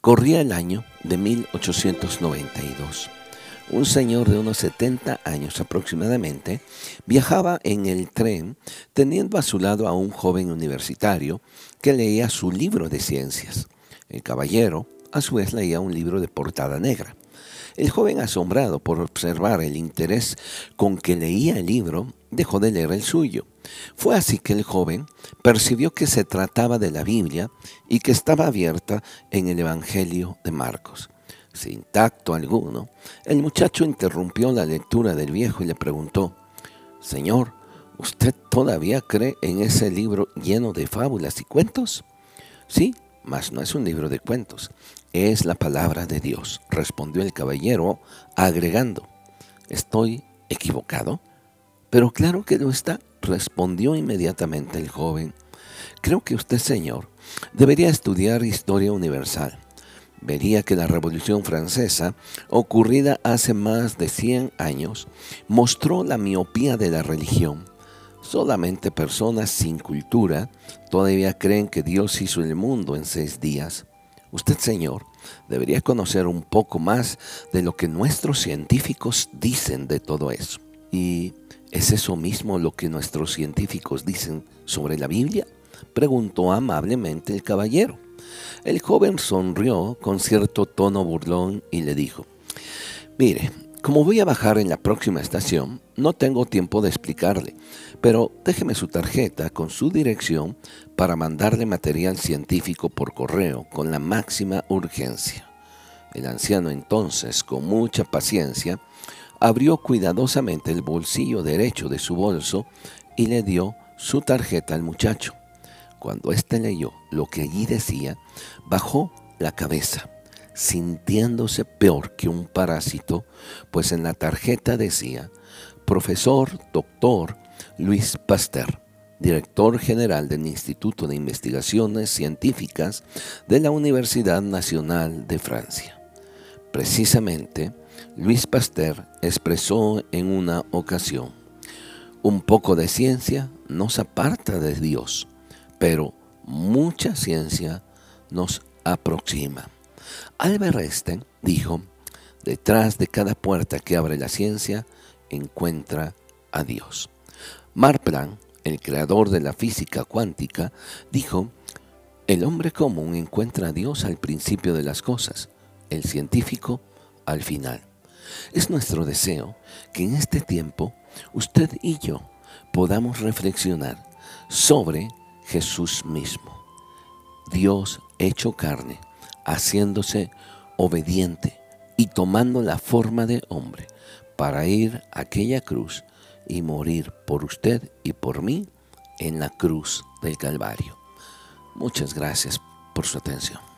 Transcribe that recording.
Corría el año de 1892. Un señor de unos 70 años aproximadamente viajaba en el tren teniendo a su lado a un joven universitario que leía su libro de ciencias. El caballero, a su vez, leía un libro de portada negra. El joven, asombrado por observar el interés con que leía el libro, dejó de leer el suyo. Fue así que el joven percibió que se trataba de la Biblia y que estaba abierta en el Evangelio de Marcos. Sin tacto alguno, el muchacho interrumpió la lectura del viejo y le preguntó: «Señor, ¿usted todavía cree en ese libro lleno de fábulas y cuentos?» «Sí, mas no es un libro de cuentos, es la palabra de Dios», respondió el caballero, agregando: «¿Estoy equivocado?» «Pero claro que lo está», respondió inmediatamente el joven. «Creo que usted, señor, debería estudiar historia universal. Vería que la Revolución Francesa, ocurrida hace más de 100 años, mostró la miopía de la religión. Solamente personas sin cultura todavía creen que Dios hizo el mundo en 6 días. Usted, señor, debería conocer un poco más de lo que nuestros científicos dicen de todo eso». «¿Y es eso mismo lo que nuestros científicos dicen sobre la Biblia?», preguntó amablemente el caballero. El joven sonrió con cierto tono burlón y le dijo: «Mire, como voy a bajar en la próxima estación, no tengo tiempo de explicarle, pero déjeme su tarjeta con su dirección para mandarle material científico por correo con la máxima urgencia». El anciano entonces, con mucha paciencia, abrió cuidadosamente el bolsillo derecho de su bolso y le dio su tarjeta al muchacho. Cuando éste leyó lo que allí decía, bajó la cabeza, sintiéndose peor que un parásito, pues en la tarjeta decía: «Profesor Dr. Luis Pasteur, director general del Instituto de Investigaciones Científicas de la Universidad Nacional de Francia». Precisamente, Luis Pasteur expresó en una ocasión: «Un poco de ciencia nos aparta de Dios, pero mucha ciencia nos aproxima». Albert Einstein dijo: «Detrás de cada puerta que abre la ciencia, encuentra a Dios». Max Planck, el creador de la física cuántica, dijo: «El hombre común encuentra a Dios al principio de las cosas, el científico al final». Es nuestro deseo que en este tiempo usted y yo podamos reflexionar sobre Jesús mismo, Dios hecho carne, haciéndose obediente y tomando la forma de hombre para ir a aquella cruz y morir por usted y por mí en la cruz del Calvario. Muchas gracias por su atención.